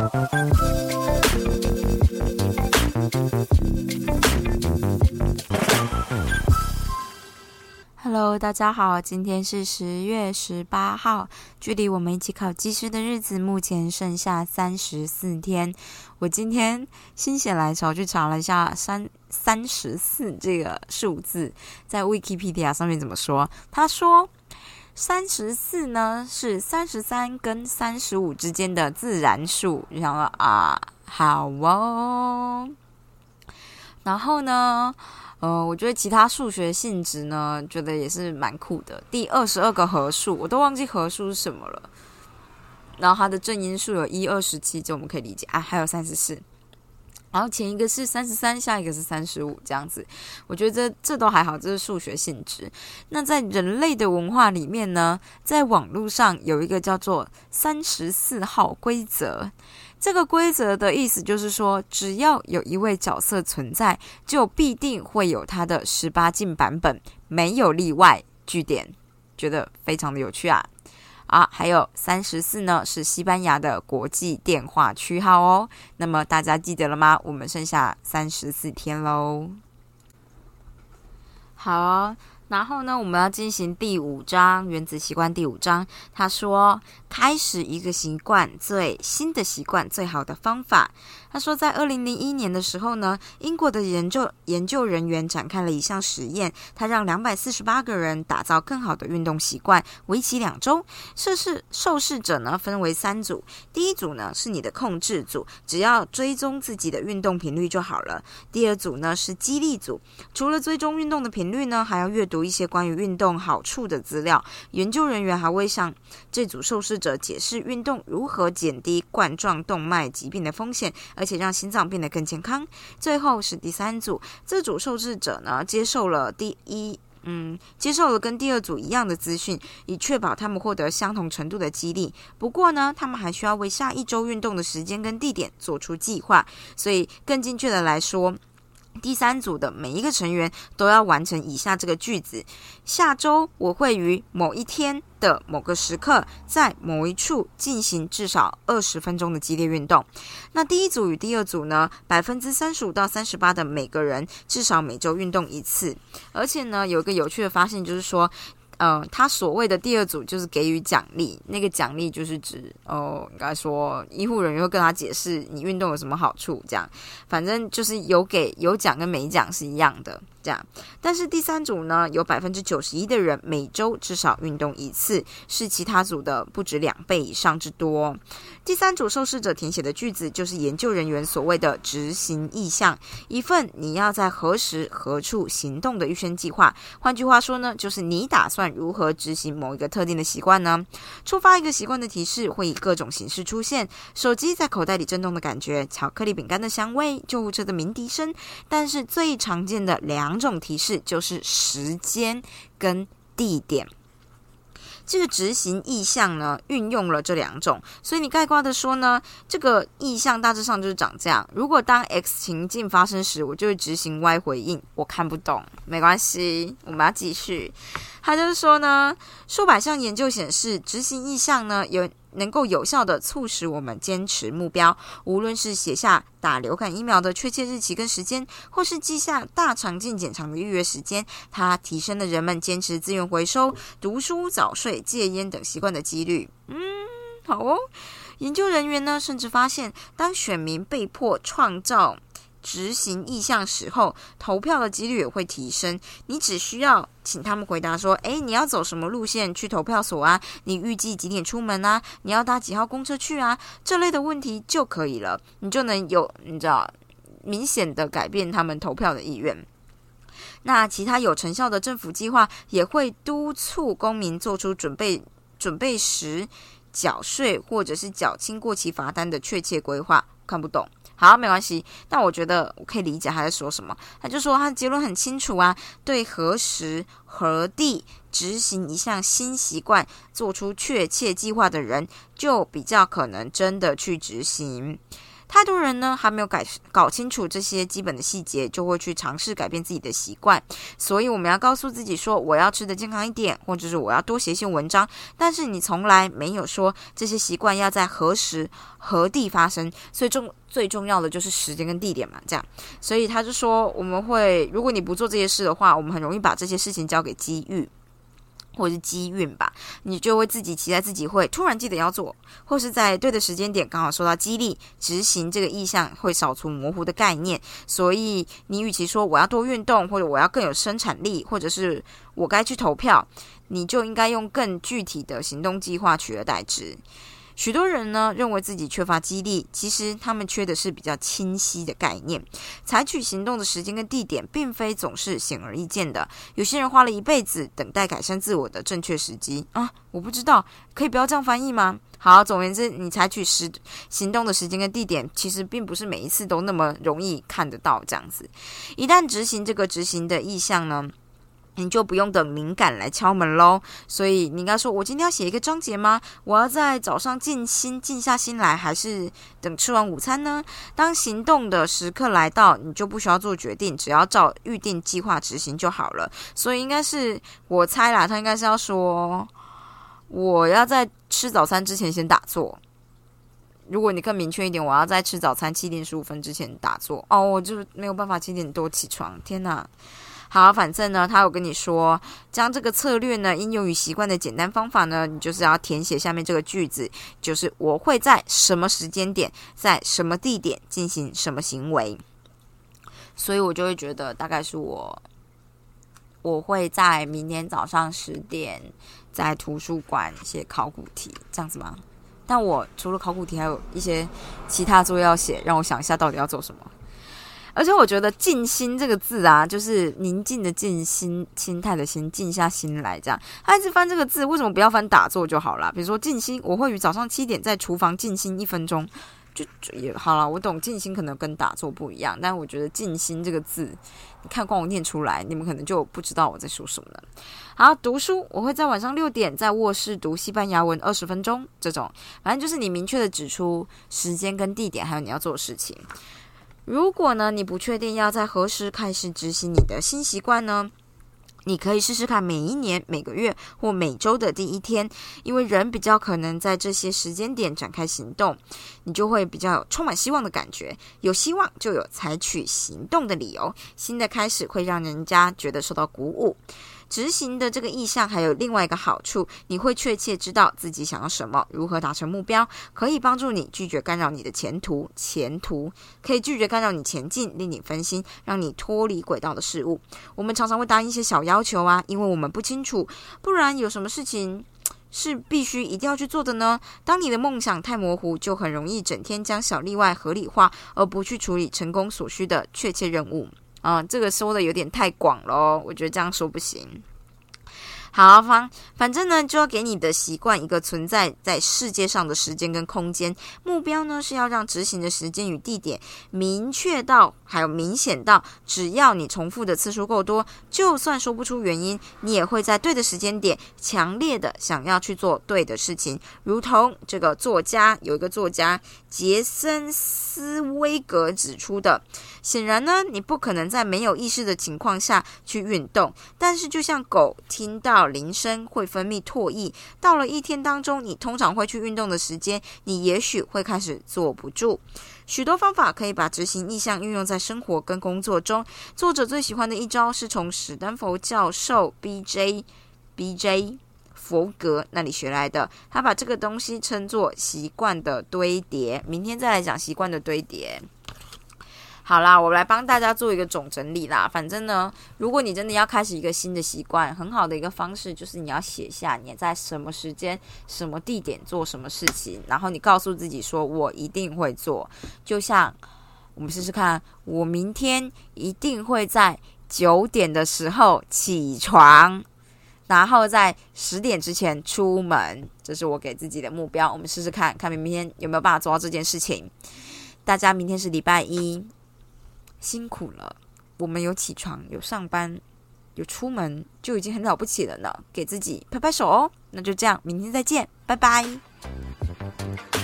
Hello， 大家好，今天是10月18号，距离我们一起考技师的日子目前剩下34天。我今天心血来潮去查了一下34这个数字，在 Wikipedia 上面怎么说？他说34呢是33跟35之间的自然数。就想说好哦。然后呢我觉得其他数学性质呢，觉得也是蛮酷的。第22个合数，我都忘记合数是什么了。然后它的正因数有1、27，这我们可以理解还有34。然后前一个是33，下一个是35，这样子。我觉得这都还好，这是数学性质。那在人类的文化里面呢，在网络上有一个叫做34号规则。这个规则的意思就是说，只要有一位角色存在，就必定会有他的18禁版本，没有例外。句点，觉得非常的有趣啊！还有34呢，是西班牙的国际电话区号哦。那么大家记得了吗？我们剩下34天喽。好，然后呢，我们要进行第5章原子习惯第5章。他说，开始一个习惯，新的习惯最好的方法。他说，在2001年的时候呢，英国的研究人员展开了一项实验，他让248个人打造更好的运动习惯，为期2周。受试者呢分为3组，第一组呢是你的控制组，只要追踪自己的运动频率就好了。第二组呢是激励组，除了追踪运动的频率呢，还要阅读一些关于运动好处的资料。研究人员还会向这组受试者解释运动如何减低冠状动脉疾病的风险，而且让心脏变得更健康。最后是第3组，这组受试者呢接受了跟第2组一样的资讯，以确保他们获得相同程度的激励。不过呢，他们还需要为下一周运动的时间跟地点做出计划。所以更精确的来说，第3组的每一个成员都要完成以下这个句子：下周我会于某一天的某个时刻，在某一处进行至少20分钟的激烈运动。那第1组与第2组呢，35%到38%的每个人至少每周运动1次。而且呢，有一个有趣的发现，就是说他所谓的第2组就是给予奖励，那个奖励就是指应该说医护人员会跟他解释你运动有什么好处，这样反正就是有奖跟没奖是一样的这样。但是第3组呢，有91%的人每周至少运动1次，是其他组的不止2倍以上之多。第3组受试者填写的句子就是研究人员所谓的执行意向，一份你要在何时何处行动的预先计划。换句话说呢，就是你打算如何执行某一个特定的习惯呢？触发一个习惯的提示会以各种形式出现，手机在口袋里震动的感觉，巧克力饼干的香味，救护车的鸣笛声。但是最常见的2种提示就是时间跟地点。这个执行意向呢，运用了这2种，所以你概括的说呢，这个意向大致上就是长这样：如果当 X 情境发生时，我就会执行 Y 回应。我看不懂，没关系，我们要继续。他就是说呢，数百项研究显示，执行意向呢能够有效的促使我们坚持目标，无论是写下打流感疫苗的确切日期跟时间，或是记下大肠镜检查的预约时间，它提升了人们坚持资源回收、读书、早睡、戒烟等习惯的几率。好哦。研究人员呢，甚至发现，当选民被迫创造执行意向时候，投票的几率也会提升。你只需要请他们回答说，你要走什么路线去投票所啊？你预计几点出门啊？你要搭几号公车去啊？这类的问题就可以了，你就能有明显的改变他们投票的意愿。那其他有成效的政府计划也会督促公民做出准备时缴税或者是缴清过期罚单的确切规划。看不懂，好，没关系。但我觉得我可以理解他在说什么。他就说他的结论很清楚啊，对何时何地执行一项新习惯做出确切计划的人，就比较可能真的去执行。 太多人呢还没有搞清楚这些基本的细节，就会去尝试改变自己的习惯。所以我们要告诉自己说，我要吃得健康一点，或者是我要多写一些文章，但是你从来没有说这些习惯要在何时何地发生，所以最重要的就是时间跟地点嘛，这样。所以他就说，如果你不做这些事的话，我们很容易把这些事情交给机遇或者是机运吧，你就会自己期待自己会突然记得要做，或是在对的时间点刚好受到激励，执行这个意向会少出模糊的概念。所以你与其说我要多运动，或者我要更有生产力，或者是我该去投票，你就应该用更具体的行动计划取而代之。许多人呢认为自己缺乏激励，其实他们缺的是比较清晰的概念。采取行动的时间跟地点并非总是显而易见的，有些人花了一辈子等待改善自我的正确时机啊，我不知道，可以不要这样翻译吗？好，总而言之，你采取行动的时间跟地点，其实并不是每一次都那么容易看得到这样子。一旦执行这个执行的意向呢，你就不用等灵感来敲门咯。所以你应该说，我今天要写一个章节吗？我要在早上静下心来，还是等吃完午餐呢？当行动的时刻来到，你就不需要做决定，只要照预定计划执行就好了。所以应该是，我猜啦，他应该是要说，我要在吃早餐之前先打坐。如果你更明确一点，我要在吃早餐7点15分之前打坐。我就没有办法7点多起床，天哪！好，反正呢，他有跟你说，将这个策略呢应用于习惯的简单方法呢，你就是要填写下面这个句子，就是我会在什么时间点，在什么地点进行什么行为。所以我就会觉得，大概是我会在明天早上10点在图书馆写考古题，这样子吗？但我除了考古题，还有一些其他作业要写，让我想一下到底要做什么。而且我觉得静心这个字啊，就是宁静的静，心态的心，静下心来这样。他一直翻这个字，为什么不要翻打坐就好啦？比如说静心，我会于早上7点在厨房静心1分钟，就也好啦。我懂静心可能跟打坐不一样，但我觉得静心这个字，你看光我念出来，你们可能就不知道我在说什么了。好，读书，我会在晚上6点在卧室读西班牙文20分钟，这种反正就是你明确的指出时间跟地点，还有你要做的事情。如果呢，你不确定要在何时开始执行你的新习惯呢？你可以试试看每一年、每个月或每周的第一天，因为人比较可能在这些时间点展开行动，你就会比较有充满希望的感觉。有希望就有采取行动的理由，新的开始会让人家觉得受到鼓舞。执行的这个意向还有另外一个好处，你会确切知道自己想要什么，如何达成目标，可以帮助你拒绝干扰你的前途可以拒绝干扰你前进，令你分心，让你脱离轨道的事物。我们常常会答应一些小要求啊，因为我们不清楚，不然有什么事情是必须一定要去做的呢？当你的梦想太模糊，就很容易整天将小例外合理化，而不去处理成功所需的确切任务。这个说的有点太广了，我觉得这样说不行。好，反正呢，就要给你的习惯一个存在在世界上的时间跟空间。目标呢，是要让执行的时间与地点明确到，还有明显到，只要你重复的次数够多，就算说不出原因，你也会在对的时间点强烈的想要去做对的事情。如同这个有一个作家杰森斯威格指出的，显然呢，你不可能在没有意识的情况下去运动，但是就像狗听到铃声会分泌唾液，到了一天当中你通常会去运动的时间，你也许会开始坐不住。许多方法可以把执行意向运用在生活跟工作中。作者最喜欢的一招是从史丹佛教授 BJ 佛格那里学来的，他把这个东西称作习惯的堆叠。明天再来讲习惯的堆叠。好啦，我来帮大家做一个总整理啦。反正呢，如果你真的要开始一个新的习惯，很好的一个方式就是你要写下你在什么时间、什么地点做什么事情，然后你告诉自己说我一定会做。就像我们试试看，我明天一定会在9点的时候起床，然后在10点之前出门，这是我给自己的目标。我们试试看，看明天有没有办法做到这件事情。大家明天是礼拜一，辛苦了，我们有起床，有上班，有出门，就已经很了不起了呢，给自己拍拍手哦。那就这样，明天再见，拜拜。